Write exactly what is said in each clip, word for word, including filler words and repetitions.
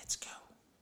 Let's go.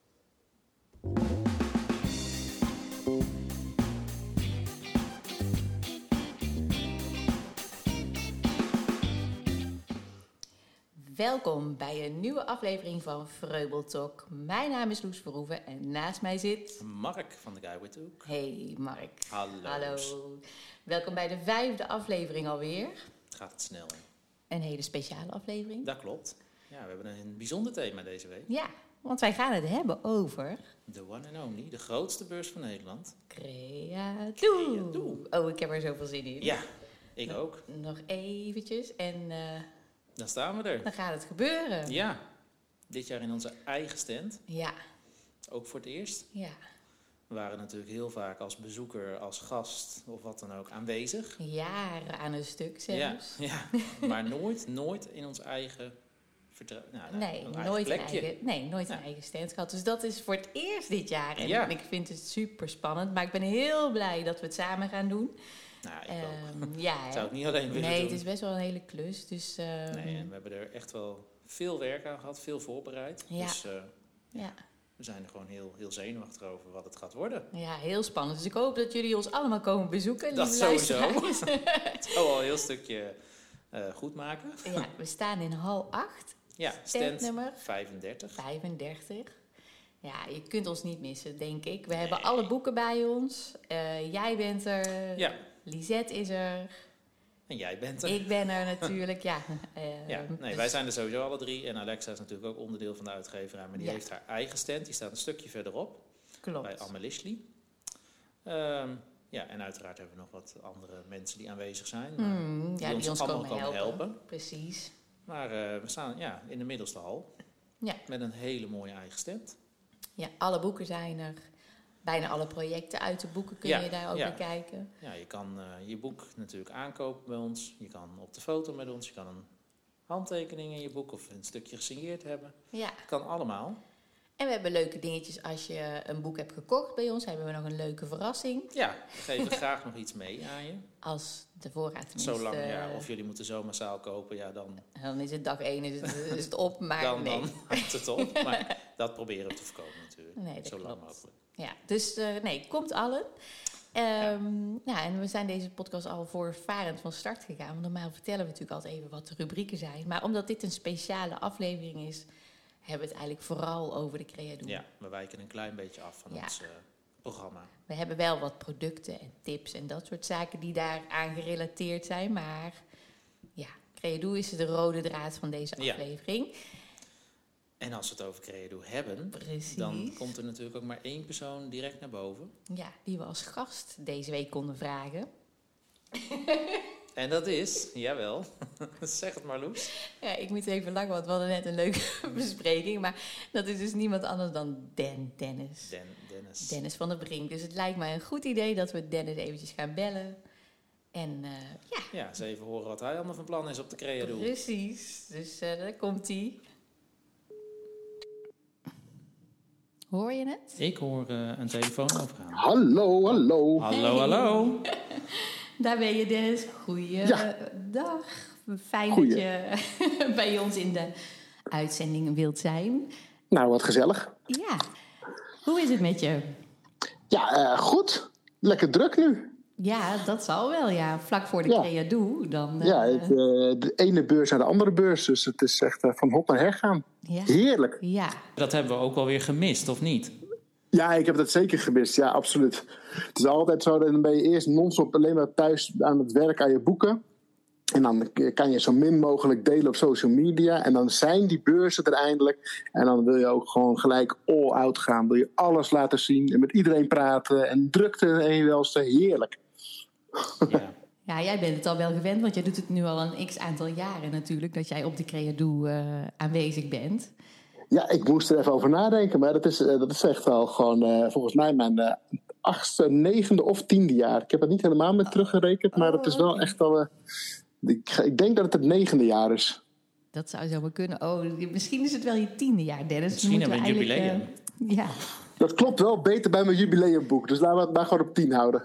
Welkom bij een nieuwe aflevering van Vreubel Talk. Mijn naam is Loes Verhoeven en naast mij zit... Mark van The Guy With The Hook. Hey Mark. Hallo. Hallo. Welkom bij de vijfde aflevering alweer. Het gaat het snel, hè? Een hele speciale aflevering. Dat klopt. Ja, we hebben een bijzonder thema deze week. Ja, want wij gaan het hebben over... The one and only, de grootste beurs van Nederland. Creadoe. Creadoe. Oh, ik heb er zoveel zin in. Ja, ik nog, ook. Nog eventjes en uh, Dan staan we er. dan gaat het gebeuren. Ja, dit jaar in onze eigen stand. Ja. Ook voor het eerst. Ja. We waren natuurlijk heel vaak als bezoeker, als gast of wat dan ook aanwezig. Jaren aan een stuk zelfs. Ja, ja. Maar nooit, nooit in ons eigen... Vertrouw- nou, Nee, een eigen nooit een plekje. eigen, nee, nooit een Ja. eigen stand gehad. Dus dat is voor het eerst dit jaar. En Ja. ik vind het super spannend. Maar ik ben heel blij dat we het samen gaan doen. Nou, ik Ehm, ook. ja, Ik zou het niet alleen willen nee, doen. het is best wel een hele klus. Dus ehm, Nee, en we hebben er echt wel veel werk aan gehad, veel voorbereid. Ja. Dus uh, ja, we zijn er gewoon heel, heel zenuwachtig over wat het gaat worden. ja, heel spannend. Dus ik hoop dat jullie ons allemaal komen bezoeken. Dat lieve sowieso. luisteraars. Het zou al een heel stukje uh, goed maken. Ja, we staan in hal acht, Ja, stand standnummer vijfendertig. vijfendertig. Ja, je kunt ons niet missen, denk ik. We hebben alle boeken bij ons. Uh, jij bent er. Ja. Lisette is er. En jij bent er. Ik ben er natuurlijk, ja. Uh, Ja, nee, wij zijn er sowieso alle drie. En Alexa is natuurlijk ook onderdeel van de uitgeverij. Maar die Ja. heeft haar eigen stand. Die staat een stukje verderop. Klopt. Bij Amelisli. Um, ja, en uiteraard hebben we nog wat andere mensen die aanwezig zijn. Maar Mm, die ja, ons die ons allemaal komen komen helpen. helpen. Precies. Maar uh, we staan ja, in de middelste hal. Ja. Met een hele mooie eigen stand. Ja, alle boeken zijn er. Bijna alle projecten uit de boeken kun Ja, je daar ook ja. bekijken. Ja, je kan uh, je boek natuurlijk aankopen bij ons. Je kan op de foto met ons. Je kan een handtekening in je boek of een stukje gesigneerd hebben. Ja. Kan allemaal. En we hebben leuke dingetjes. Als je een boek hebt gekocht bij ons, hebben we nog een leuke verrassing. Ja, we geven graag nog iets mee aan je. Als de voorraad tenminste... Zolang, ja, of jullie moeten zo massaal kopen, ja, dan, Dan is het dag één, is het, is het op, maar dan, nee. dan houdt het op. Maar dat proberen we te voorkomen natuurlijk. Nee, dat zo lang klopt. mogelijk. Ja, dus uh, nee, komt allen. Um, ja. ja, en we zijn deze podcast al voorvarend van start gegaan. Want normaal vertellen we natuurlijk altijd even wat de rubrieken zijn. Maar omdat dit een speciale aflevering is, hebben we het eigenlijk vooral over de Creadoe. Ja, we wijken een klein beetje af van Ja. ons uh, programma. We hebben wel wat producten en tips en dat soort zaken die daaraan gerelateerd zijn. Maar ja, Creadoe is de rode draad van deze Ja. aflevering. En als we het over Creadoe hebben, Precies. dan komt er natuurlijk ook maar één persoon direct naar boven. Ja, die we als gast deze week konden vragen. En dat is, jawel, zeg het maar Loes. Ja, ik moet even lachen, want we hadden net een leuke bespreking. Maar dat is dus niemand anders dan Dan Dennis. Den, Dennis. Dennis van der Brink. Dus het lijkt mij een goed idee dat we Dennis eventjes gaan bellen. En uh, ja, Ja, eens even horen wat hij allemaal van plan is op de Creadoe. precies. Dus uh, daar komt hij. Hoor je het? Ik hoor uh, een telefoon overgaan. Hallo, hallo. Hallo, Hey. hallo. Daar ben je, Dennis. Goeiedag. Ja. Fijn Goeie. dat je bij ons in de uitzending wilt zijn. Nou, wat gezellig. Ja, hoe is het met je? Ja, uh, goed. Lekker druk nu. Ja, dat zal wel, ja. Vlak voor de Ja. Creadoe dan. Uh, Ja, het, uh, de ene beurs naar de andere beurs. Dus het is echt uh, van hop naar her gaan. ja. Heerlijk. Ja, Dat hebben we ook wel weer gemist, of niet? Ja, ik heb dat zeker gemist. Ja, absoluut. Het is altijd zo, dan ben je eerst non-stop alleen maar thuis aan het werk aan je boeken. En dan kan je zo min mogelijk delen op social media. En dan zijn die beurzen er eindelijk. En dan wil je ook gewoon gelijk all out gaan. Wil je alles laten zien en met iedereen praten. En drukte en je welste. Heerlijk. Ja. ja, jij bent het al wel gewend, want jij doet het nu al een x-aantal jaren natuurlijk, dat jij op de Creadoe uh, aanwezig bent. Ja, ik moest er even over nadenken. Maar dat is, uh, dat is echt al gewoon uh, volgens mij mijn uh, achtste, negende of tiende jaar. Ik heb het niet helemaal met teruggerekend. Maar Oh, het is wel okay. echt al... Uh, ik, ik denk dat het het negende jaar is. Dat zou zo maar kunnen. Oh, misschien is het wel je tiende jaar, Dennis. Misschien hebben we een jubileum. Uh, ja. Dat klopt wel beter bij mijn jubileumboek. Dus laten we het maar gewoon op tien houden.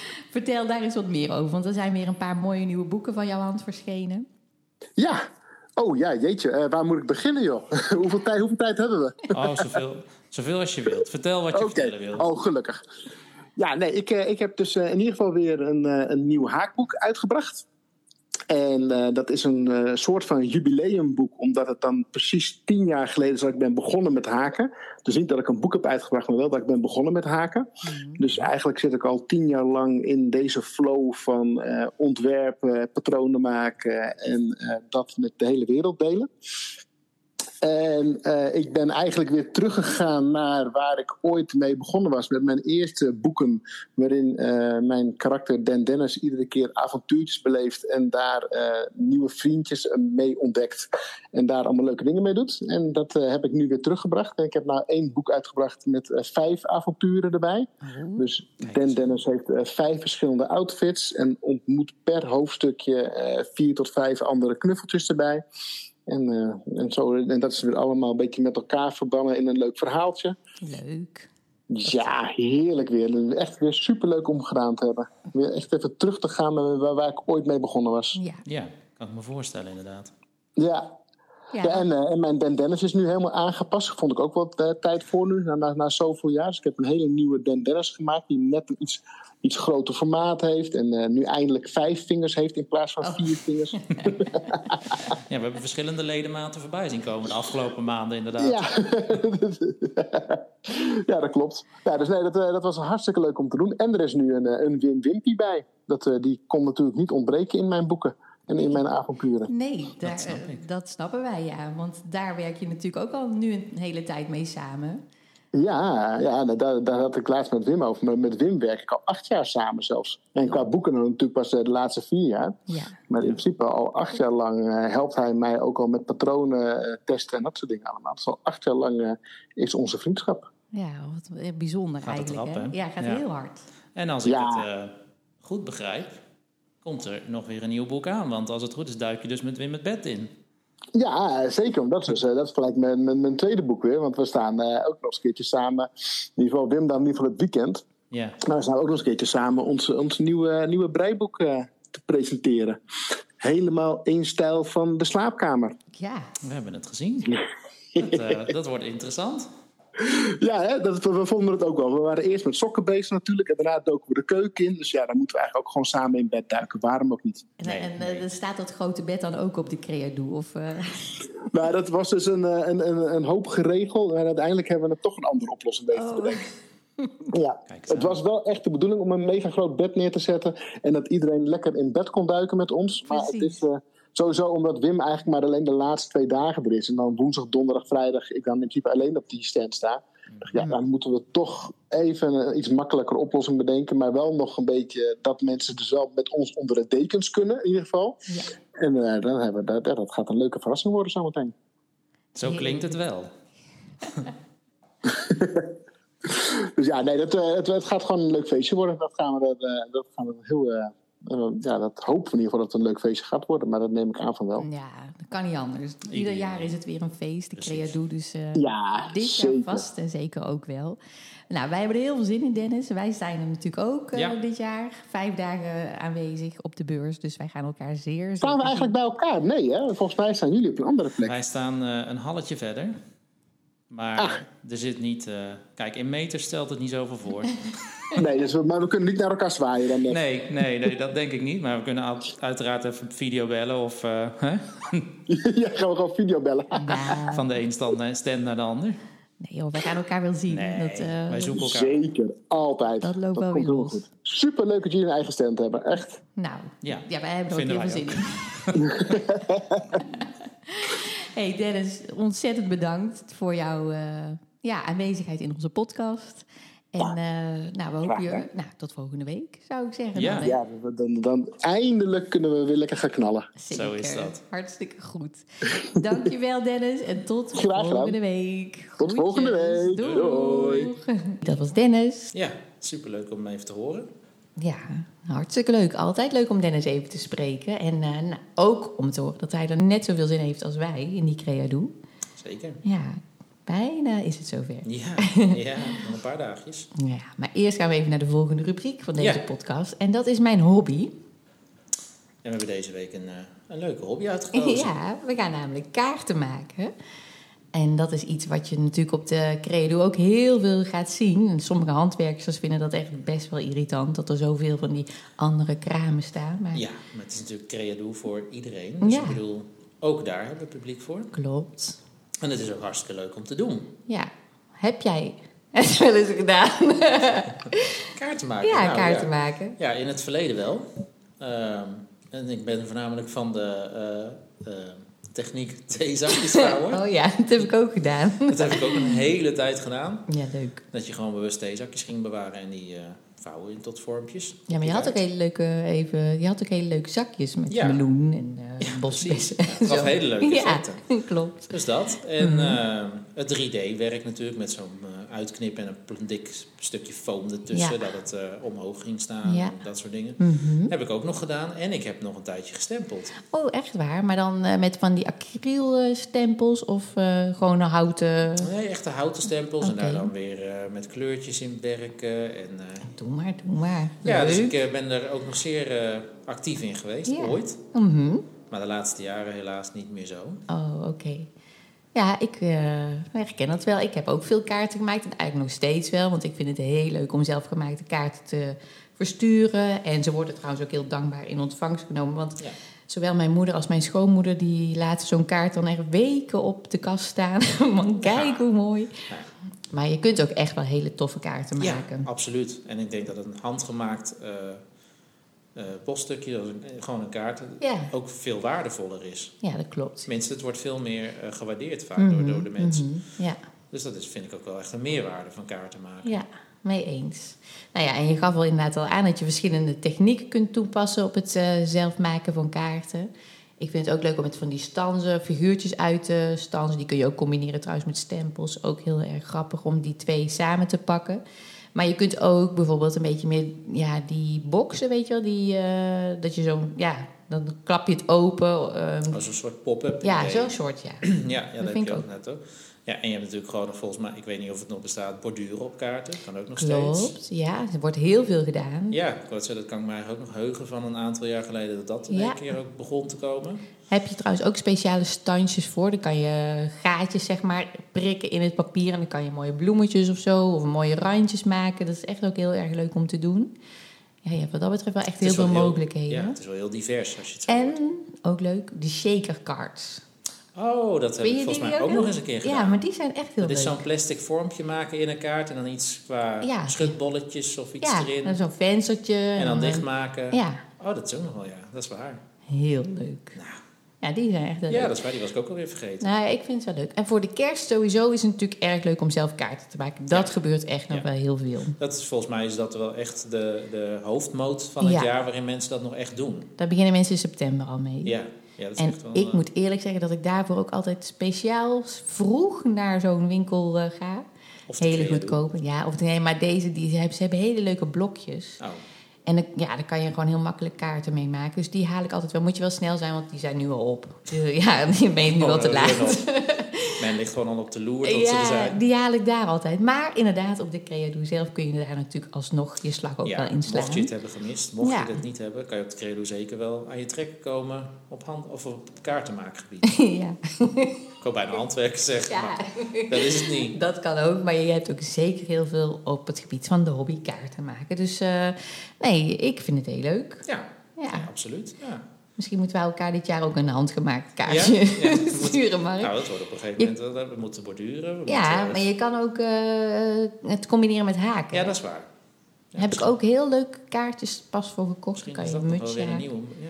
Vertel daar eens wat meer over. Want er zijn weer een paar mooie nieuwe boeken van jouw hand verschenen. Ja, Oh ja, jeetje. Uh, waar moet ik beginnen, joh? hoeveel, tijd, hoeveel tijd hebben we? Oh, zoveel, zoveel als je wilt. Vertel wat je okay. vertellen wilt. Oh, gelukkig. Ja, nee, ik, uh, ik heb dus uh, in ieder geval weer een, uh, een nieuw haakboek uitgebracht. En uh, dat is een uh, soort van jubileumboek, omdat het dan precies tien jaar geleden is dat ik ben begonnen met haken. Dus niet dat ik een boek heb uitgebracht, maar wel dat ik ben begonnen met haken. Mm-hmm. Dus eigenlijk zit ik al tien jaar lang in deze flow van uh, ontwerpen, patronen maken en uh, dat met de hele wereld delen. En uh, ik ben eigenlijk weer teruggegaan naar waar ik ooit mee begonnen was. Met mijn eerste boeken, waarin uh, mijn karakter Dan Dennis iedere keer avontuurtjes beleeft. En daar uh, nieuwe vriendjes mee ontdekt. En daar allemaal leuke dingen mee doet. En dat uh, heb ik nu weer teruggebracht. En ik heb nou één boek uitgebracht met uh, vijf avonturen erbij. Oh, dus Dan Dennis heeft uh, vijf verschillende outfits. En ontmoet per hoofdstukje uh, vier tot vijf andere knuffeltjes erbij. En, uh, en, zo, en dat is weer allemaal een beetje met elkaar verbannen in een leuk verhaaltje. Leuk. Ja, heerlijk weer. Echt weer superleuk om gedaan te hebben. Weer echt even terug te gaan naar waar, waar ik ooit mee begonnen was. Ja, ja, kan ik me voorstellen inderdaad. Ja. Ja. Ja, en, uh, en mijn Dan Dennis is nu helemaal aangepast. Vond ik ook wat uh, tijd voor nu, na, na, na zoveel jaar. Dus ik heb een hele nieuwe Dan Dennis gemaakt, die net een iets, iets groter formaat heeft. En uh, nu eindelijk vijf vingers heeft in plaats van oh. vier vingers. Ja, we hebben verschillende ledematen voorbij zien komen de afgelopen maanden inderdaad. Ja, ja dat klopt. Ja, dus nee, dat, uh, dat was hartstikke leuk om te doen. En er is nu een, een Wim Wimpy bij. Dat, uh, die kon natuurlijk niet ontbreken in mijn boeken. En in mijn avonturen. Nee, daar, dat, snap ik. dat snappen wij, ja. Want daar werk je natuurlijk ook al nu een hele tijd mee samen. Ja, ja daar, daar had ik laatst met Wim over. Maar met Wim werk ik al acht jaar samen zelfs. En qua boeken dan natuurlijk pas de laatste vier jaar. Ja. Maar in principe al acht jaar lang uh, helpt hij mij ook al met patronen uh, testen en dat soort dingen allemaal. Dus al acht jaar lang uh, is onze vriendschap. Ja, wat bijzonder gaat eigenlijk. Het rap, hè? Ja, gaat ja. heel hard. En als ik ja. het uh, goed begrijp, komt er nog weer een nieuw boek aan. Want als het goed is, duik je dus met Wim het bed in. Ja, zeker. Dat is, dus, uh, dat is gelijk mijn, mijn, mijn tweede boek weer. Want we staan uh, ook nog eens een keertje samen. In ieder geval Wim dan in ieder geval het weekend. Ja. Maar we staan ook nog eens een keertje samen ons, ons nieuwe, nieuwe breiboek uh, te presenteren. Helemaal in stijl van de slaapkamer. Ja. We hebben het gezien. dat, uh, dat wordt interessant. Ja, hè, dat, we vonden het ook wel. We waren eerst met sokken bezig natuurlijk. En daarna doken we de keuken in. Dus ja, dan moeten we eigenlijk ook gewoon samen in bed duiken. Waarom ook niet? En, nee, en nee. Uh, staat dat grote bed dan ook op de Creadoe? Of, uh... Nou, dat was dus een, een, een, een hoop geregeld. En uiteindelijk hebben we er toch een andere oplossing weten oh. te bedenken. Ja, het was wel echt de bedoeling om een mega groot bed neer te zetten. En dat iedereen lekker in bed kon duiken met ons. Maar Precies. het is... Uh, Sowieso omdat Wim eigenlijk maar alleen de laatste twee dagen er is. En dan woensdag, donderdag, vrijdag ik dan in principe alleen op die stand sta. Ja, dan moeten we toch even een iets makkelijker oplossing bedenken. Maar wel nog een beetje dat mensen dus wel met ons onder de dekens kunnen in ieder geval. Ja. En uh, dan hebben we, dat, dat gaat een leuke verrassing worden zometeen. Zo klinkt het wel. Dus ja, nee, dat, uh, het, het gaat gewoon een leuk feestje worden. Dat gaan we, uh, dat gaan we heel... Uh, Uh, ja, dat hoop in ieder geval dat het een leuk feestje gaat worden. Maar dat neem ik aan van wel. Ja, dat kan niet anders. Ieder, Ieder jaar is het weer een feest, de Creadoe. Dus uh, ja, dit zeker. jaar vast en zeker ook wel. Nou, wij hebben er heel veel zin in, Dennis. Wij zijn er natuurlijk ook uh, ja. dit jaar. Vijf dagen aanwezig op de beurs. Dus wij gaan elkaar zeer... Staan we eigenlijk bij elkaar? Nee, hè? Volgens mij staan jullie op een andere plek. Wij staan uh, een halletje verder. Maar ah. er zit niet... Uh, kijk, in meters stelt het niet zoveel voor. Nee, dus we, maar we kunnen niet naar elkaar zwaaien dan. Nee, nee, nee, dat denk ik niet. Maar we kunnen uiteraard even video bellen of... Uh, huh? Ja, gaan we gewoon video bellen. Nou. Van de een stand, stand naar de ander. Nee joh, wij gaan elkaar wel zien. Nee, dat, uh, wij zoeken elkaar. Zeker, altijd. Dat loopt dat wel weer los. Goed. Super leuk dat jullie een eigen stand hebben, echt. Nou, ja, ja wij hebben er ook heel veel zin in. Hey Dennis, ontzettend bedankt voor jouw uh, ja, aanwezigheid in onze podcast. En uh, nou, we hopen je nou, tot volgende week, zou ik zeggen. Ja, dan, ja dan, dan eindelijk kunnen we weer lekker gaan knallen. Zeker. Zo is dat. Hartstikke goed. Dankjewel Dennis en tot Graag volgende gedaan. week. Tot Groetjes. volgende week. Doei. Doei. Dat was Dennis. Ja, superleuk om hem even te horen. Ja, hartstikke leuk. Altijd leuk om Dennis even te spreken. En uh, nou, ook om te horen dat hij er net zoveel zin heeft als wij in die Creadoe. Zeker. Ja, bijna is het zover. Ja, ja, nog een paar dagjes. Ja, maar eerst gaan we even naar de volgende rubriek van deze ja. podcast. En dat is mijn hobby. En we hebben deze week een uh, een leuke hobby uitgekozen. Ja, we gaan namelijk kaarten maken. En dat is iets wat je natuurlijk op de Creadoe ook heel veel gaat zien. En sommige handwerkers vinden dat echt best wel irritant, dat er zoveel van die andere kramen staan. Maar... Ja, maar het is natuurlijk Creadoe voor iedereen. Dus ja. ik bedoel, ook daar hebben we publiek voor. Klopt. En het is ook hartstikke leuk om te doen. Ja. Heb jij het wel eens gedaan? Kaarten maken? Ja, nou, kaarten ja. maken. Ja, in het verleden wel. Um, en ik ben voornamelijk van de uh, uh, techniek theezakjes vouwen. Oh ja, dat heb ik ook gedaan. Dat heb ik ook een hele tijd gedaan. Ja, leuk. Dat je gewoon bewust theezakjes ging bewaren en die uh, vouwen in tot vormpjes. Ja, maar je had ook hele leuke, even, je had ook hele leuke zakjes met ja. meloen en uh, ja, bosbessen. Ja, het gaf hele leuke effecten. Ja, klopt. Dus dat. En Mm-hmm. uh, het drie D-werk natuurlijk met zo'n uh, uitknip en een dik stukje foam ertussen. Ja. Dat het uh, omhoog ging staan. Ja. Dat soort dingen. Mm-hmm. Heb ik ook nog gedaan. En ik heb nog een tijdje gestempeld. Oh, echt waar? Maar dan uh, met van die acrylstempels of uh, gewoon een houten... Nee, echte houten stempels. Okay. En daar dan weer uh, met kleurtjes in werken. En, uh, doe maar, doe maar. ja, leuk. dus ik uh, ben er ook nog zeer uh, actief in geweest. Ja. Ooit. Mm-hmm. Maar de laatste jaren helaas niet meer zo. Oh, oké. Okay. Ja, ik uh, herken dat wel. Ik heb ook veel kaarten gemaakt. En eigenlijk nog steeds wel. Want ik vind het heel leuk om zelfgemaakte kaarten te versturen. En ze worden trouwens ook heel dankbaar in ontvangst genomen. Want ja. zowel mijn moeder als mijn schoonmoeder... die laten zo'n kaart dan echt weken op de kast staan. Want kijk ja. hoe mooi. Ja. Maar je kunt ook echt wel hele toffe kaarten maken. Ja, absoluut. En ik denk dat een handgemaakt... Uh, Uh, poststukje, dat is een, gewoon een kaart, ja. ook veel waardevoller is. Ja, dat klopt. Tenminste, het wordt veel meer uh, gewaardeerd vaak mm-hmm, door, door de mensen. Mm-hmm, ja. Dus dat is, vind ik ook wel echt een meerwaarde van kaarten maken. Ja, mee eens. Nou ja, en je gaf al inderdaad al aan dat je verschillende technieken kunt toepassen op het uh, zelf maken van kaarten. Ik vind het ook leuk om met van die stanzen, figuurtjes uit te stanzen. Die kun je ook combineren trouwens met stempels. Ook heel erg grappig om die twee samen te pakken. Maar je kunt ook bijvoorbeeld een beetje meer, ja, die boxen, weet je wel, die, uh, dat je zo, ja, dan klap je het open. Um, Als een soort pop-up. Ja, zo'n soort, ja. ja, ja, dat, dat heb je ook, ook net ook. Ja, en je hebt natuurlijk gewoon nog volgens mij, ik weet niet of het nog bestaat, borduren op kaarten. Kan ook nog Klopt, steeds. Klopt, ja, er wordt heel veel gedaan. Ja, ik wou zeggen, dat kan ik me eigenlijk ook nog heugen van een aantal jaar geleden dat dat in ja. één keer ook begon te komen. Heb je trouwens ook speciale standjes voor. Dan kan je gaatjes zeg maar prikken in het papier. En dan kan je mooie bloemetjes of zo. Of mooie randjes maken. Dat is echt ook heel erg leuk om te doen. Ja, je hebt wat dat betreft wel echt heel veel heel, mogelijkheden. Ja, het is wel heel divers als je het zo En hoort. ook leuk, de shaker cards. Oh, dat heb ik volgens mij ook nog eens een keer gedaan. Ja, maar die zijn echt heel leuk. Dat is zo'n plastic vormpje maken in een kaart. En dan iets qua ja. schutbolletjes of iets ja, erin. Ja, zo'n venstertje. En dan dichtmaken. Ja. Oh, dat is ook nog wel, ja. Dat is waar. Heel leuk. Nou. Ja, die zijn echt heel ja, leuk. dat is waar. Die was ik ook alweer vergeten. Nou, ik vind het wel leuk. En voor de kerst sowieso is het natuurlijk erg leuk om zelf kaarten te maken. Dat ja. gebeurt echt nog ja. wel heel veel. Dat is, volgens mij is dat wel echt de, de hoofdmoot van het ja. jaar waarin mensen dat nog echt doen. Daar beginnen mensen in september al mee. Ja. Ja, dat is en echt wel, ik uh... moet eerlijk zeggen dat ik daarvoor ook altijd speciaal vroeg naar zo'n winkel uh, ga. Of hele goedkope. Ja, of nee, maar deze, die, ze, hebben, ze hebben hele leuke blokjes. Oh. En dan, ja, daar kan je gewoon heel makkelijk kaarten mee maken. Dus die haal ik altijd wel. Moet je wel snel zijn, want die zijn nu al op. Dus, ja, die ben je nu oh, al te laat. Men ligt gewoon al op de loer tot ja, ze er zijn. Die haal ik daar altijd. Maar inderdaad, op de Creadoe zelf kun je daar natuurlijk alsnog je slag ook ja, wel inslaan. Mocht je het hebben gemist, mocht ja. je het niet hebben, kan je op de Creadoe zeker wel aan je trekken komen op, hand, of op kaartenmaakgebied. ja. Ik wou bijna handwerken zeggen, ja. maar dat is het niet. Dat kan ook, maar je hebt ook zeker heel veel op het gebied van de hobby kaarten maken. Dus uh, nee, ik vind het heel leuk. Ja, ja. ja absoluut. Ja. Misschien moeten we elkaar dit jaar ook een handgemaakt kaartje ja? Ja, sturen, Mark. Nou, dat wordt op een gegeven moment, je, we moeten borduren. We ja, moeten, maar je kan ook uh, het combineren met haken. Ja, dat is waar. Ja, heb ik ook heel leuke kaartjes pas voor gekocht. Misschien kan is je dat een nog wel weer een nieuwe. Ja.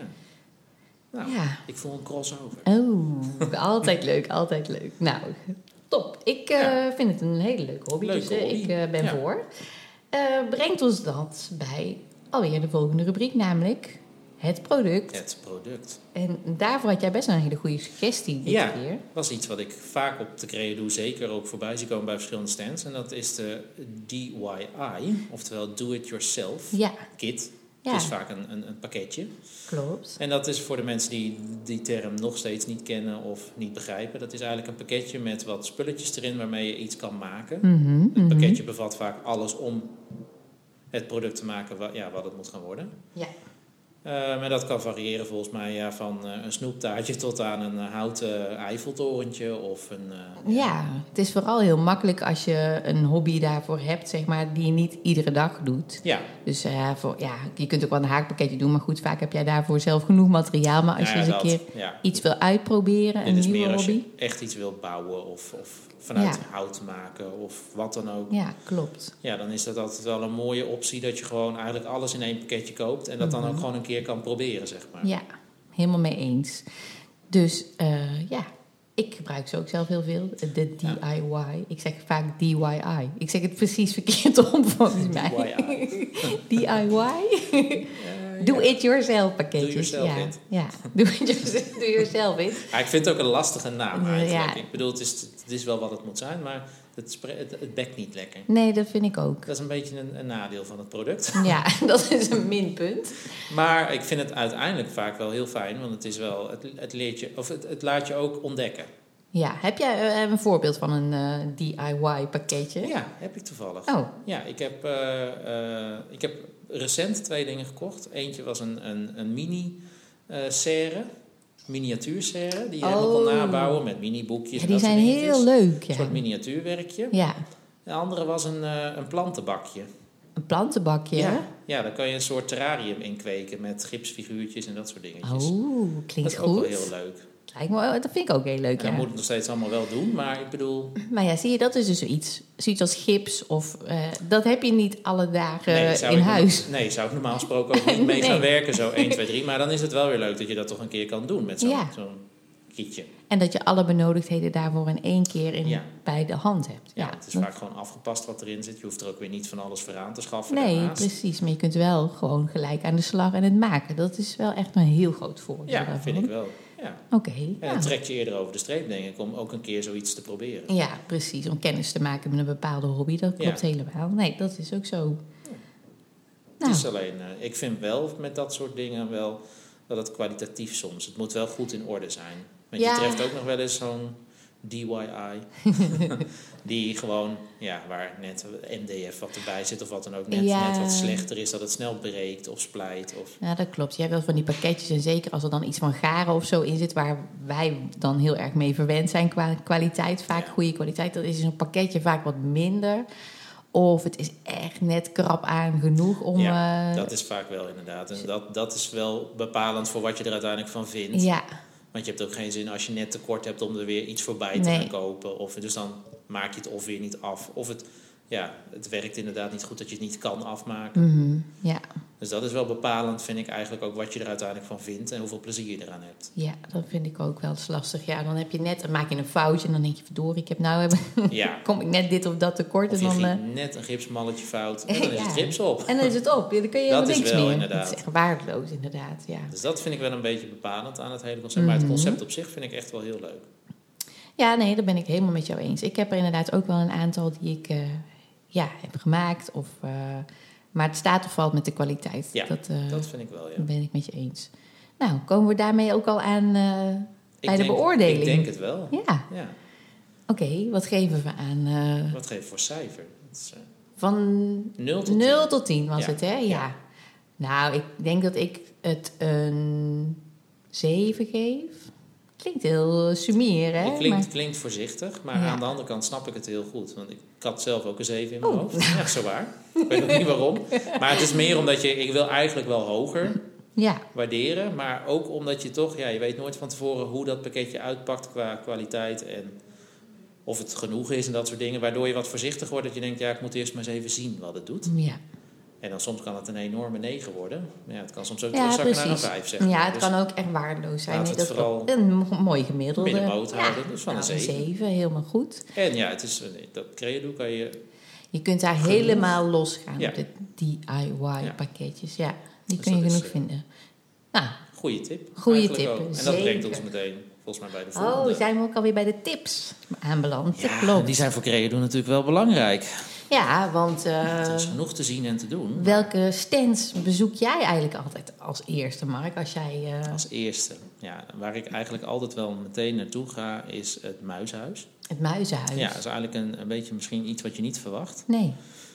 Nou, ja. Ik voel een crossover. Oh, altijd leuk, altijd leuk. Nou, top. Ik uh, ja. vind het een hele leuke hobby, Leuke dus uh, hobby. ik uh, ben ja. voor. Uh, brengt ons dat bij alweer de volgende rubriek, namelijk het product. Het product. En daarvoor had jij best wel een hele goede suggestie dit ja, keer. Ja, dat is iets wat ik vaak op de Creadoe zeker ook voorbij zie komen bij verschillende stands. En dat is de D I Y, oftewel Do It Yourself ja. kit. Ja. Het is vaak een, een, een pakketje. Klopt. En dat is voor de mensen die die term nog steeds niet kennen of niet begrijpen. Dat is eigenlijk een pakketje met wat spulletjes erin waarmee je iets kan maken. Mm-hmm, het pakketje mm-hmm. bevat vaak alles om het product te maken wat, ja, wat het moet gaan worden. Ja. Uh, maar dat kan variëren volgens mij ja, van uh, een snoeptaartje tot aan een uh, houten Eiffeltorentje. Of een, uh, ja, het is vooral heel makkelijk als je een hobby daarvoor hebt, zeg maar, die je niet iedere dag doet. Ja. Dus uh, voor, ja, je kunt ook wel een haakpakketje doen, maar goed, vaak heb jij daarvoor zelf genoeg materiaal. Maar als ja, je eens een keer ja. iets wil uitproberen, Dit een is nieuwe meer hobby. Als je echt iets wilt bouwen of, of vanuit ja. hout maken of wat dan ook. Ja, klopt. Ja, dan is dat altijd wel een mooie optie dat je gewoon eigenlijk alles in één pakketje koopt en dat dan mm-hmm. ook gewoon een keer kan proberen, zeg maar. Ja, helemaal mee eens. Dus uh, ja, ik gebruik ze ook zelf heel veel, de D I Y. Ja. Ik zeg vaak D Y I. Ik zeg het precies verkeerd om, volgens mij. D I Y. Do-it-yourself pakketjes. Do yourself ja. it. Ja, do-it-yourself do yourself it. Ja, ik vind het ook een lastige naam eigenlijk. Ja. Ik bedoel, het is, het is wel wat het moet zijn, maar het, spre- het, het bekt niet lekker. Nee, dat vind ik ook. Dat is een beetje een, een nadeel van het product. Ja, dat is een minpunt. Maar ik vind het uiteindelijk vaak wel heel fijn, want het is wel, het, het, leert je, of het, het laat je ook ontdekken. Ja, heb jij uh, een voorbeeld van een uh, D I Y pakketje? Ja, heb ik toevallig. Oh. Ja, ik heb, uh, uh, ik heb recent twee dingen gekocht. Eentje was een, een, een mini uh, serre, miniatuurserre, die je oh. helemaal kon nabouwen met mini-boekjes. Ja, die zijn heel leuk. Ja. Een soort miniatuurwerkje. Ja. De andere was een, uh, een plantenbakje. Een plantenbakje? Ja. ja, daar kan je een soort terrarium in kweken met gipsfiguurtjes en dat soort dingetjes. Oh, klinkt goed. goed. Dat is ook wel heel leuk. Dat vind ik ook heel leuk, ja. Dat moet het nog steeds allemaal wel doen, maar ik bedoel... Maar ja, zie je, dat is dus zoiets. Zoiets als gips of... Uh, dat heb je niet alle dagen nee, in huis. No- nee, zou ik normaal gesproken ook niet mee nee. gaan werken, zo één, twee, drie. Maar dan is het wel weer leuk dat je dat toch een keer kan doen met zo'n, ja. zo'n kitje. En dat je alle benodigdheden daarvoor in één keer in, ja. bij de hand hebt. Ja, ja, het is dat... vaak gewoon afgepast wat erin zit. Je hoeft er ook weer niet van alles voor aan te schaffen. Nee, daarnaast. precies. Maar je kunt wel gewoon gelijk aan de slag en het maken. Dat is wel echt een heel groot voordeel. Ja, daarvan. vind ik wel. Ja. Oké. Okay, en ja. dan trek je eerder over de streep, denk ik, om ook een keer zoiets te proberen. Ja, precies. Om kennis te maken met een bepaalde hobby. Dat klopt ja. helemaal. Nee, dat is ook zo. Ja. Nou. Het is alleen, uh, ik vind wel met dat soort dingen wel dat het kwalitatief soms. Het moet wel goed in orde zijn. Want ja. je treft ook nog wel eens zo'n D I Y. Die gewoon, ja, waar net M D F wat erbij zit of wat dan ook, net, ja. net wat slechter is, dat het snel breekt of splijt. Of... Ja, dat klopt. Jij hebt wel van die pakketjes en zeker als er dan iets van garen of zo in zit, waar wij dan heel erg mee verwend zijn qua kwaliteit, vaak ja. goede kwaliteit, dat is een pakketje vaak wat minder. Of het is echt net krap aan genoeg om... Ja, uh, dat is vaak wel inderdaad. En dat, dat is wel bepalend voor wat je er uiteindelijk van vindt. Ja. Want je hebt ook geen zin als je net tekort hebt om er weer iets voorbij te nee. gaan kopen. Of, dus dan maak je het of weer niet af. Of het, ja, het werkt inderdaad niet goed dat je het niet kan afmaken. Mm-hmm, ja. Dus dat is wel bepalend, vind ik eigenlijk ook wat je er uiteindelijk van vindt en hoeveel plezier je eraan hebt. Ja, dat vind ik ook wel eens lastig. Ja, dan heb je net, dan maak je een foutje en dan denk je, verdorie, ik heb nou hebben, ja. kom ik net dit of dat tekort. Of je en dan uh, net een gipsmalletje fout en dan is ja. het gips op. En dan is het op, ja, dan kun je dat niks is wel, meer. Inderdaad. Dat is echt waardeloos inderdaad, ja. Dus dat vind ik wel een beetje bepalend aan het hele concept. Mm-hmm. Maar het concept op zich vind ik echt wel heel leuk. Ja, nee, daar ben ik helemaal met jou eens. Ik heb er inderdaad ook wel een aantal die ik uh, ja, heb gemaakt of... Uh, Maar het staat of valt met de kwaliteit. Ja, dat, uh, dat vind ik wel, ja. Dat ben ik met je eens. Nou, komen we daarmee ook al aan uh, bij ik de denk, beoordeling? Ik denk het wel. Ja. ja. Oké, okay, wat geven we aan? Uh, wat geef je voor cijfer? Is, uh, van nul tot tien was ja. het, hè? Ja. ja. Nou, ik denk dat ik het een zeven geef. Klinkt heel sumier, hè? Het klinkt, maar... klinkt voorzichtig, maar ja. aan de andere kant snap ik het heel goed. Want ik, ik had zelf ook een zeven in mijn oh. hoofd. Ja, zo waar. Ik weet ook niet waarom. Maar het is meer omdat je... Ik wil eigenlijk wel hoger ja. waarderen. Maar ook omdat je toch... Ja, je weet nooit van tevoren hoe dat pakketje uitpakt qua kwaliteit. En of het genoeg is en dat soort dingen. Waardoor je wat voorzichtig wordt. Dat je denkt, ja, ik moet eerst maar eens even zien wat het doet. Ja. En dan soms kan het een enorme negen worden. Ja, het kan soms ook ja, zakken naar een vijf, zeg maar. Ja, het dus kan ook echt waardeloos zijn. Nee, het dat vooral een mooi gemiddelde. Middenmoot houden, ja, dus van nou, een zeven. zeven, helemaal goed. En ja, het is, dat Credo kan je... Je kunt daar genoeg. helemaal losgaan ja. op de D I Y-pakketjes. Ja. ja, die dus kun je genoeg is, vinden. Nou, goeie tip. Goeie tip, ook. En dat zeker. Brengt ons meteen volgens mij bij de volgende. Oh, zijn we ook alweer bij de tips aanbeland. Ja, klopt. Die zijn voor Credo natuurlijk wel belangrijk. Ja, want... Uh, er is genoeg te zien en te doen. Welke stands bezoek jij eigenlijk altijd als eerste, Mark? Als jij... Uh... Als eerste. Ja, waar ik eigenlijk altijd wel meteen naartoe ga, is het Muizenhuis. Het Muizenhuis? Ja, dat is eigenlijk een, een beetje misschien iets wat je niet verwacht. Nee.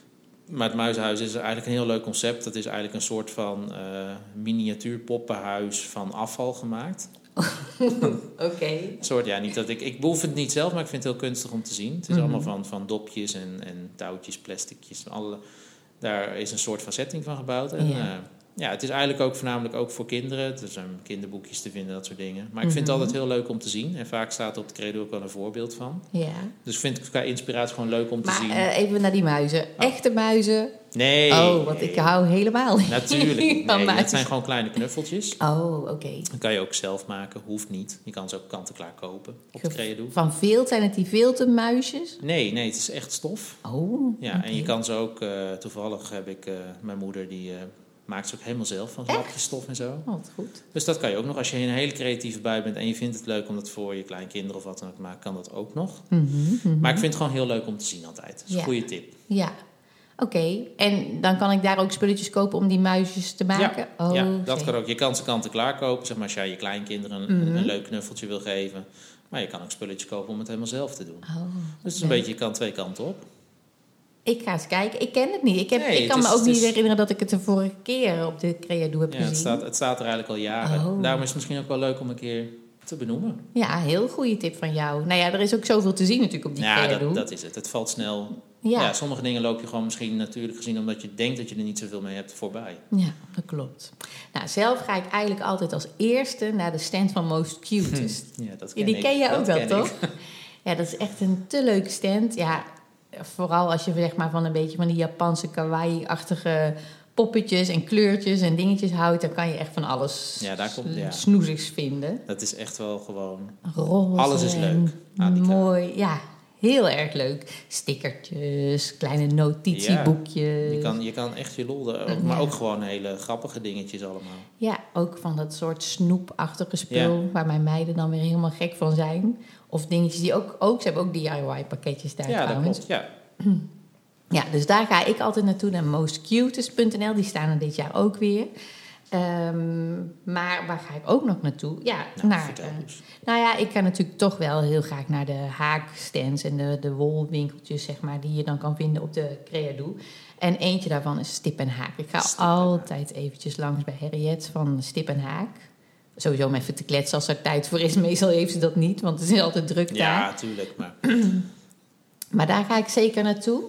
Maar het muizenhuis is eigenlijk een heel leuk concept. Dat is eigenlijk een soort van uh, miniatuur poppenhuis van afval gemaakt. Oké. Okay. Soort, ja, niet dat ik, ik behoef het niet zelf, maar ik vind het heel kunstig om te zien. Het is mm-hmm. allemaal van, van dopjes en, en touwtjes, plasticjes. Alle, daar is een soort van setting van gebouwd. En, ja. Uh, ja, het is eigenlijk ook voornamelijk ook voor kinderen. Er zijn kinderboekjes te vinden, dat soort dingen. Maar ik vind mm-hmm. het altijd heel leuk om te zien. En vaak staat er op de credo ook wel een voorbeeld van. Ja. Dus ik vind het qua inspiratie gewoon leuk om maar, te zien. Uh, even naar die muizen. Oh. Echte muizen? Nee. Oh, want ik hou helemaal niet Natuurlijk niet. van Nee, muizen. het zijn gewoon kleine knuffeltjes. Oh, oké. Okay. Dat kan je ook zelf maken, hoeft niet. Je kan ze ook kant-en-klaar kopen op de credo. Van Veelt, zijn het die Veeltenmuisjes? Nee, nee, het is echt stof. Oh, Ja, okay. En je kan ze ook, uh, toevallig heb ik uh, mijn moeder die... Uh, maakt ze ook helemaal zelf van lapjes stof en zo. Oh, wat goed. Dus dat kan je ook nog. Als je in een hele creatieve bui bent en je vindt het leuk om dat voor je kleinkinderen of wat dan ook te maken, kan dat ook nog. Mm-hmm, mm-hmm. Maar ik vind het gewoon heel leuk om te zien altijd. Dat is ja. een goede tip. Ja, oké. Okay. En dan kan ik daar ook spulletjes kopen om die muisjes te maken? Ja, oh, ja dat okay. kan ook. Je kan ze kant-en-klaar kopen. Zeg maar als jij je kleinkinderen een, mm-hmm. een leuk knuffeltje wil geven. Maar je kan ook spulletjes kopen om het helemaal zelf te doen. Oh, dus het is een beetje, je kan twee kanten op. Ik ga eens kijken. Ik ken het niet. Ik, heb, nee, ik kan is, me ook niet is... herinneren dat ik het de vorige keer op de Creado heb ja, gezien. Het staat, het staat er eigenlijk al jaren. Oh. Daarom is het misschien ook wel leuk om een keer te benoemen. Ja, heel goede tip van jou. Nou ja, er is ook zoveel te zien natuurlijk op die ja, Creado. Ja, dat, dat is het. Het valt snel. Ja. ja, sommige dingen loop je gewoon misschien natuurlijk gezien omdat je denkt dat je er niet zoveel mee hebt voorbij. Ja, dat klopt. Nou, zelf ga ik eigenlijk altijd als eerste naar de stand van Most Cutest. Hm. Ja, dat ken ja, die ik. ken je dat ook wel, toch? Ik. Ja, dat is echt een te leuke stand. Ja, vooral als je zeg maar van een beetje van die Japanse kawaii-achtige poppetjes en kleurtjes en dingetjes houdt, dan kan je echt van alles ja, daar komt, ja. snoezigs vinden. Dat is echt wel gewoon... Roze alles is leuk aan die mooi, kraan. Ja, heel erg leuk. Stickertjes, kleine notitieboekjes. Ja, je, kan, je kan echt je lol, er, maar ja. ook gewoon hele grappige dingetjes allemaal. Ja, ook van dat soort snoepachtige spul, ja. waar mijn meiden dan weer helemaal gek van zijn. Of dingetjes die ook, ook ze hebben ook D I Y-pakketjes daar ja, trouwens. Dat klopt, ja, ja, dus daar ga ik altijd naartoe, naar most cutest punt n l. Die staan er dit jaar ook weer. Um, maar waar ga ik ook nog naartoe? Ja, nou, naar... Uh, nou ja, ik ga natuurlijk toch wel heel graag naar de haakstands en de, de wolwinkeltjes, zeg maar, die je dan kan vinden op de Creado. En eentje daarvan is Stip en Haak. Ik ga Stip altijd haak. eventjes langs bij Harriet van Stip en Haak. Sowieso om even te kletsen als er tijd voor is. Meestal heeft ze dat niet, want het is altijd druk daar. Ja, tuurlijk. Maar, maar daar ga ik zeker naartoe.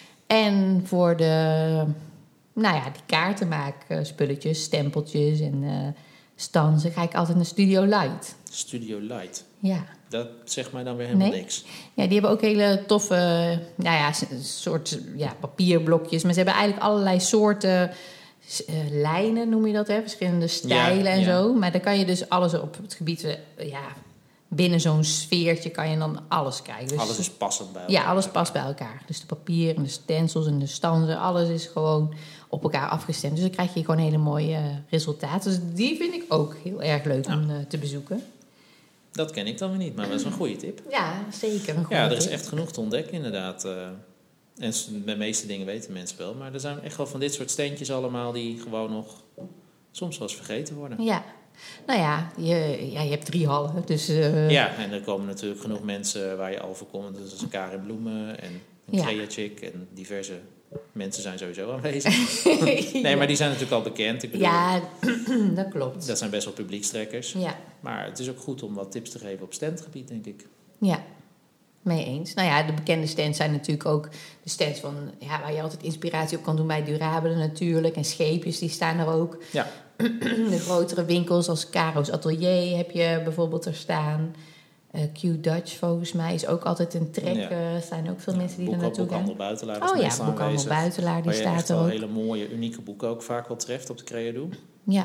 En voor de, nou ja, die kaartenmaakspulletjes, stempeltjes en uh, stanzen, ga ik altijd naar Studio Light. Studio Light? Ja. Dat zegt mij dan weer helemaal nee? niks. Ja, die hebben ook hele toffe, nou ja, soort ja, papierblokjes. Maar ze hebben eigenlijk allerlei soorten uh, lijnen, noem je dat, hè? Verschillende stijlen ja, en ja. zo. Maar dan kan je dus alles op het gebied, uh, ja, binnen zo'n sfeertje kan je dan alles krijgen. Dus, alles is passend bij elkaar. Ja, alles past bij elkaar. Dus de papier en de stencils en de stanzen, alles is gewoon op elkaar afgestemd. Dus dan krijg je gewoon hele mooie uh, resultaten. Dus die vind ik ook heel erg leuk ja. om uh, te bezoeken. Dat ken ik dan weer niet, maar dat is een goede tip. Ja, zeker een goede Ja, er is tip. echt genoeg te ontdekken inderdaad. Uh, en de meeste dingen weten mensen wel. Maar er zijn echt wel van dit soort steentjes allemaal die gewoon nog soms wel eens vergeten worden. Ja. Nou ja, je, ja, je hebt drie hallen. Dus, uh... Ja, en er komen natuurlijk genoeg mensen waar je al voor komt. Dus dat is Karin Bloemen en ja. Creachick en diverse mensen zijn sowieso aanwezig. Nee, maar die zijn natuurlijk al bekend. Ik bedoel, ja, dat klopt. Dat zijn best wel publiekstrekkers. Ja. Maar het is ook goed om wat tips te geven op standgebied, denk ik. Ja, mee eens. Nou ja, de bekende stands zijn natuurlijk ook de stands van, ja, waar je altijd inspiratie op kan doen bij Durabele natuurlijk. En scheepjes, die staan er ook. Ja. De grotere winkels als Caro's Atelier heb je bijvoorbeeld er staan. Uh, Q Dutch volgens mij is ook altijd een trek. Ja. Er zijn ook veel ja, mensen die er naartoe gaan. Boekhandel Buitelaar is oh ja, meestal Boekhandel aanwezig. Buitelaar, die staat er ook. Waar je echt wel hele mooie, unieke boeken ook vaak wel treft op de Creado. Ja.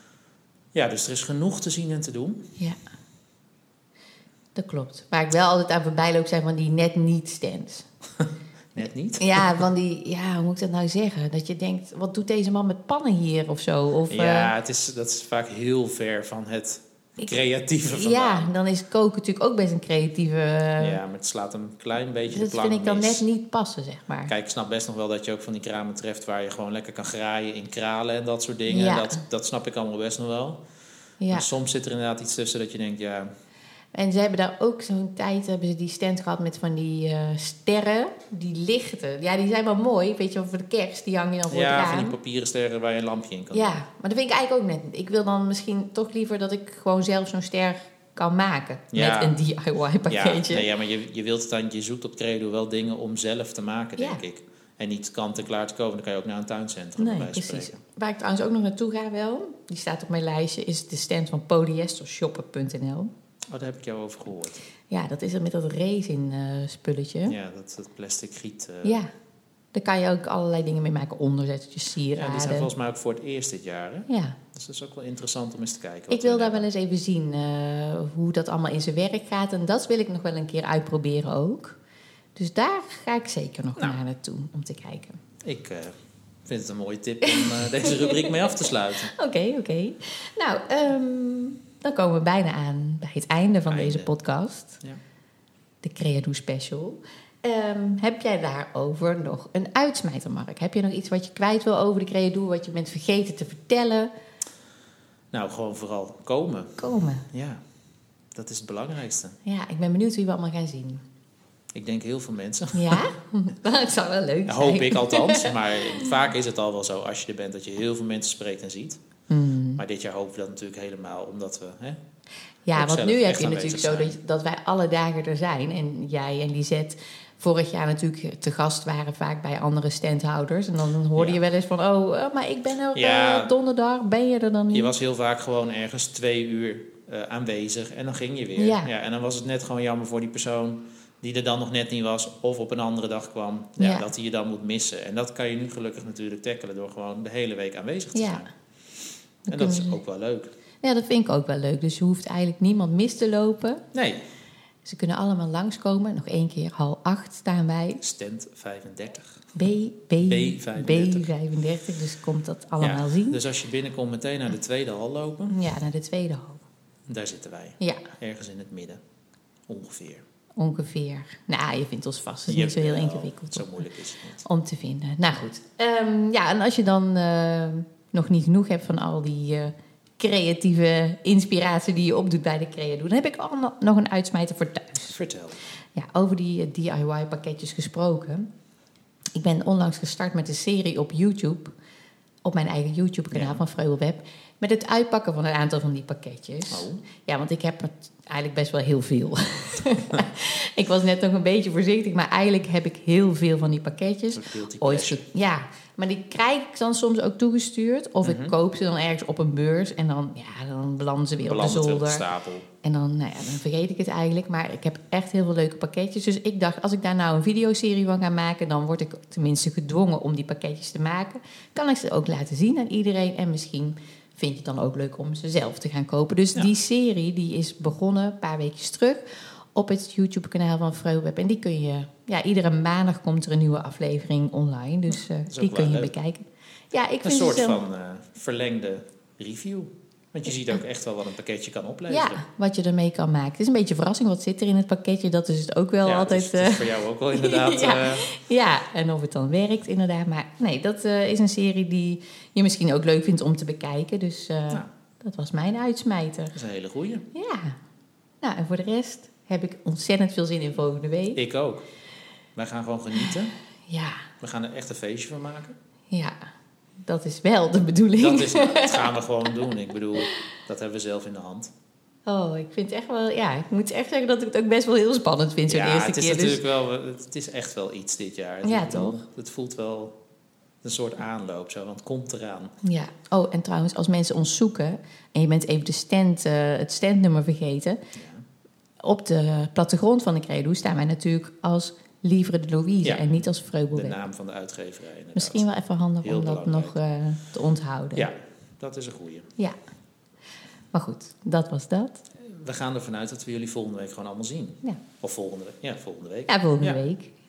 Ja, dus er is genoeg te zien en te doen. Ja. Dat klopt. Waar ik wel altijd aan voorbij loop zijn van die net niet stands. Net niet? Ja, van die, ja, hoe moet ik dat nou zeggen? Dat je denkt, wat doet deze man met pannen hier of zo? Of, ja, uh, het is, dat is vaak heel ver van het creatieve vandaan. Ja, dan is koken natuurlijk ook best een creatieve... Uh, ja, maar het slaat een klein beetje dat de plank vind ik dan mis. net niet passen, zeg maar. Kijk, ik snap best nog wel dat je ook van die kramen treft waar je gewoon lekker kan graaien in kralen en dat soort dingen. Ja. Dat, dat snap ik allemaal best nog wel. Ja. Maar soms zit er inderdaad iets tussen dat je denkt, ja... En ze hebben daar ook zo'n tijd, hebben ze die stand gehad met van die uh, sterren, die lichten. Ja, die zijn wel mooi, weet je wel, voor de kerst, die hang je dan voor ja, het raam. van die papieren sterren waar je een lampje in kan Ja, doen. maar dat vind ik eigenlijk ook net. Ik wil dan misschien toch liever dat ik gewoon zelf zo'n ster kan maken. Ja. Met een D I Y-pakketje. Ja, nee, ja, maar je, je wilt dan, je zoekt op Credo wel dingen om zelf te maken, denk Ja. ik. En niet kant en klaar te kopen, dan kan je ook naar een tuincentrum Nee, bij precies. spreken. Waar ik trouwens ook nog naartoe ga wel, die staat op mijn lijstje, is de stand van polyestershoppen punt n l. Oh, daar heb ik jou over gehoord. Ja, dat is er met dat resin uh, spulletje. Ja, dat, dat plastic giet. Uh... Ja, daar kan je ook allerlei dingen mee maken. Onderzetjes, sieraden. Ja, die zijn volgens mij ook voor het eerst dit jaar. Hè? Ja. Dus dat is ook wel interessant om eens te kijken. Ik wil daar wel eens even zien uh, hoe dat allemaal in zijn werk gaat. En dat wil ik nog wel een keer uitproberen ook. Dus daar ga ik zeker nog nou. naar naartoe om te kijken. Ik uh, vind het een mooie tip om uh, deze rubriek mee af te sluiten. Oké, oké. Okay. Nou, um, dan komen we bijna aan bij het einde van einde. deze podcast. Ja. De Creadoe Special. Um, heb jij daarover nog een uitsmijter, Mark? Heb je nog iets wat je kwijt wil over de Creadoe, wat je bent vergeten te vertellen? Nou, gewoon vooral komen. Komen. Ja, dat is het belangrijkste. Ja, ik ben benieuwd wie we allemaal gaan zien. Ik denk heel veel mensen. Ja? Het zou wel leuk zijn. Hoop ik althans. Maar vaak is het al wel zo, als je er bent, dat je heel veel mensen spreekt en ziet. Hmm. Maar dit jaar hopen we dat natuurlijk helemaal, omdat we... Hè, ja, want nu heb je natuurlijk zo dat, dat wij alle dagen er zijn. En jij en Lisette vorig jaar natuurlijk te gast waren vaak bij andere standhouders. En dan hoorde ja. je wel eens van, oh, oh maar ik ben er ja. uh, donderdag. Ben je er dan niet? Je was heel vaak gewoon ergens twee uur uh, aanwezig en dan ging je weer. Ja. Ja, en dan was het net gewoon jammer voor die persoon die er dan nog net niet was of op een andere dag kwam. Ja, ja. Dat hij je dan moet missen. En dat kan je nu gelukkig natuurlijk tackelen door gewoon de hele week aanwezig te ja. zijn. En dat is ook wel leuk. Ja, dat vind ik ook wel leuk. Dus je hoeft eigenlijk niemand mis te lopen. Nee. Ze kunnen allemaal langskomen. Nog één keer, hal acht staan wij. Stand vijfendertig. B, B, B vijfendertig. B vijfendertig, dus komt dat allemaal ja, zien. Dus als je binnenkomt, meteen naar de tweede hal lopen. Ja, naar de tweede hal. Daar zitten wij. Ja. Ergens in het midden. Ongeveer. Ongeveer. Nou, je vindt ons vast. Het is niet zo heel ingewikkeld. Zo moeilijk is het niet. Om te vinden. Nou goed. Um, ja, en als je dan uh, nog niet genoeg hebt van al die... Uh, creatieve inspiratie die je opdoet bij de Creadoe. Dan heb ik al nog een uitsmijter voor thuis. Vertel. Ja, over die D I Y-pakketjes gesproken. Ik ben onlangs gestart met een serie op YouTube. Op mijn eigen YouTube-kanaal ja. van Vreubelweb. Met het uitpakken van een aantal van die pakketjes. Oh. Ja, want ik heb het eigenlijk best wel heel veel. Ik was net nog een beetje voorzichtig. Maar eigenlijk heb ik heel veel van die pakketjes. Ooit, ja, maar die krijg ik dan soms ook toegestuurd. Of mm-hmm. ik koop ze dan ergens op een beurs. En dan, ja, dan belanden ze weer Beland op de zolder. Op de stapel. En dan, nou ja, dan vergeet ik het eigenlijk. Maar ik heb echt heel veel leuke pakketjes. Dus ik dacht, als ik daar nou een videoserie van ga maken... dan word ik tenminste gedwongen om die pakketjes te maken. Kan ik ze ook laten zien aan iedereen. En misschien vind je het dan ook leuk om ze zelf te gaan kopen. Dus ja. die serie die is begonnen een paar weekjes terug... op het YouTube-kanaal van Vreubelweb. En die kun je... Ja, iedere maandag komt er een nieuwe aflevering online. Dus uh, die kun je leuk. bekijken. Ja, ik een vind soort het van uh, verlengde review. Want je ziet ook echt wel wat een pakketje kan opleveren. Ja, wat je ermee kan maken. Het is een beetje verrassing. Wat zit er in het pakketje? Dat is het ook wel ja, altijd... Dus het is voor jou ook wel inderdaad... ja, uh... ja, en of het dan werkt inderdaad. Maar nee, dat uh, is een serie die je misschien ook leuk vindt om te bekijken. Dus uh, nou, dat was mijn uitsmijter. Dat is een hele goeie. Ja. Nou, en voor de rest heb ik ontzettend veel zin in volgende week. Ik ook. Wij gaan gewoon genieten. Ja. We gaan er echt een feestje van maken. Ja, dat is wel de bedoeling. Dat, is, dat gaan we gewoon doen. Ik bedoel, dat hebben we zelf in de hand. Oh, ik vind het echt wel... Ja, ik moet echt zeggen dat ik het ook best wel heel spannend vind zo'n ja, eerste het is keer. natuurlijk dus... wel... Het is echt wel iets dit jaar. Het ja, is, toch? Het voelt wel een soort aanloop zo, want het komt eraan. Ja. Oh, en trouwens, als mensen ons zoeken... en je bent even de stand, uh, het standnummer vergeten... Ja. Op de plattegrond van de Creadoe staan wij natuurlijk als Livre de Louise ja, en niet als Vreubelweb. De naam van de uitgeverij inderdaad. Misschien wel even handig Heel om dat nog uh, te onthouden. Ja, dat is een goeie. Ja, maar goed, dat was dat. We gaan ervan uit dat we jullie volgende week gewoon allemaal zien. Ja. Of volgende week. Ja, volgende week. Ja, volgende ja. week.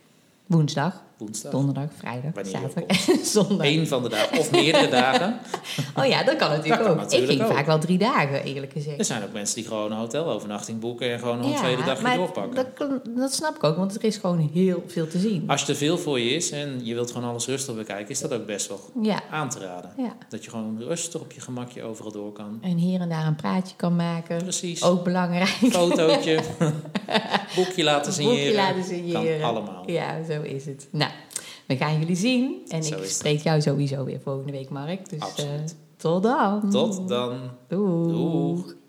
Woensdag. Woensdag. Donderdag, vrijdag, Wanneer zaterdag en zondag. Eén van de dagen, of meerdere dagen. Oh ja, dat kan natuurlijk dat kan ook. natuurlijk ik ging ook. vaak wel drie dagen, eerlijk gezegd. Er zijn ook mensen die gewoon een hotelovernachting boeken en gewoon nog een Ja, tweede dagje maar doorpakken. Dat, kan- dat snap ik ook, want er is gewoon heel veel te zien. Als je te veel voor je is en je wilt gewoon alles rustig bekijken, is dat ook best wel Ja, aan te raden. ja. Dat je gewoon rustig op je gemakje overal door kan. En hier en daar een praatje kan maken. Precies. Ook belangrijk. Fotootje, boekje laten signeren. Boekje laten signeren. Kan allemaal. Ja, zo is het. Nou, we gaan jullie zien. En Zo ik is het. spreek jou sowieso weer volgende week, Mark. Dus Absoluut. eh, tot dan. Tot dan. Doeg. Doeg.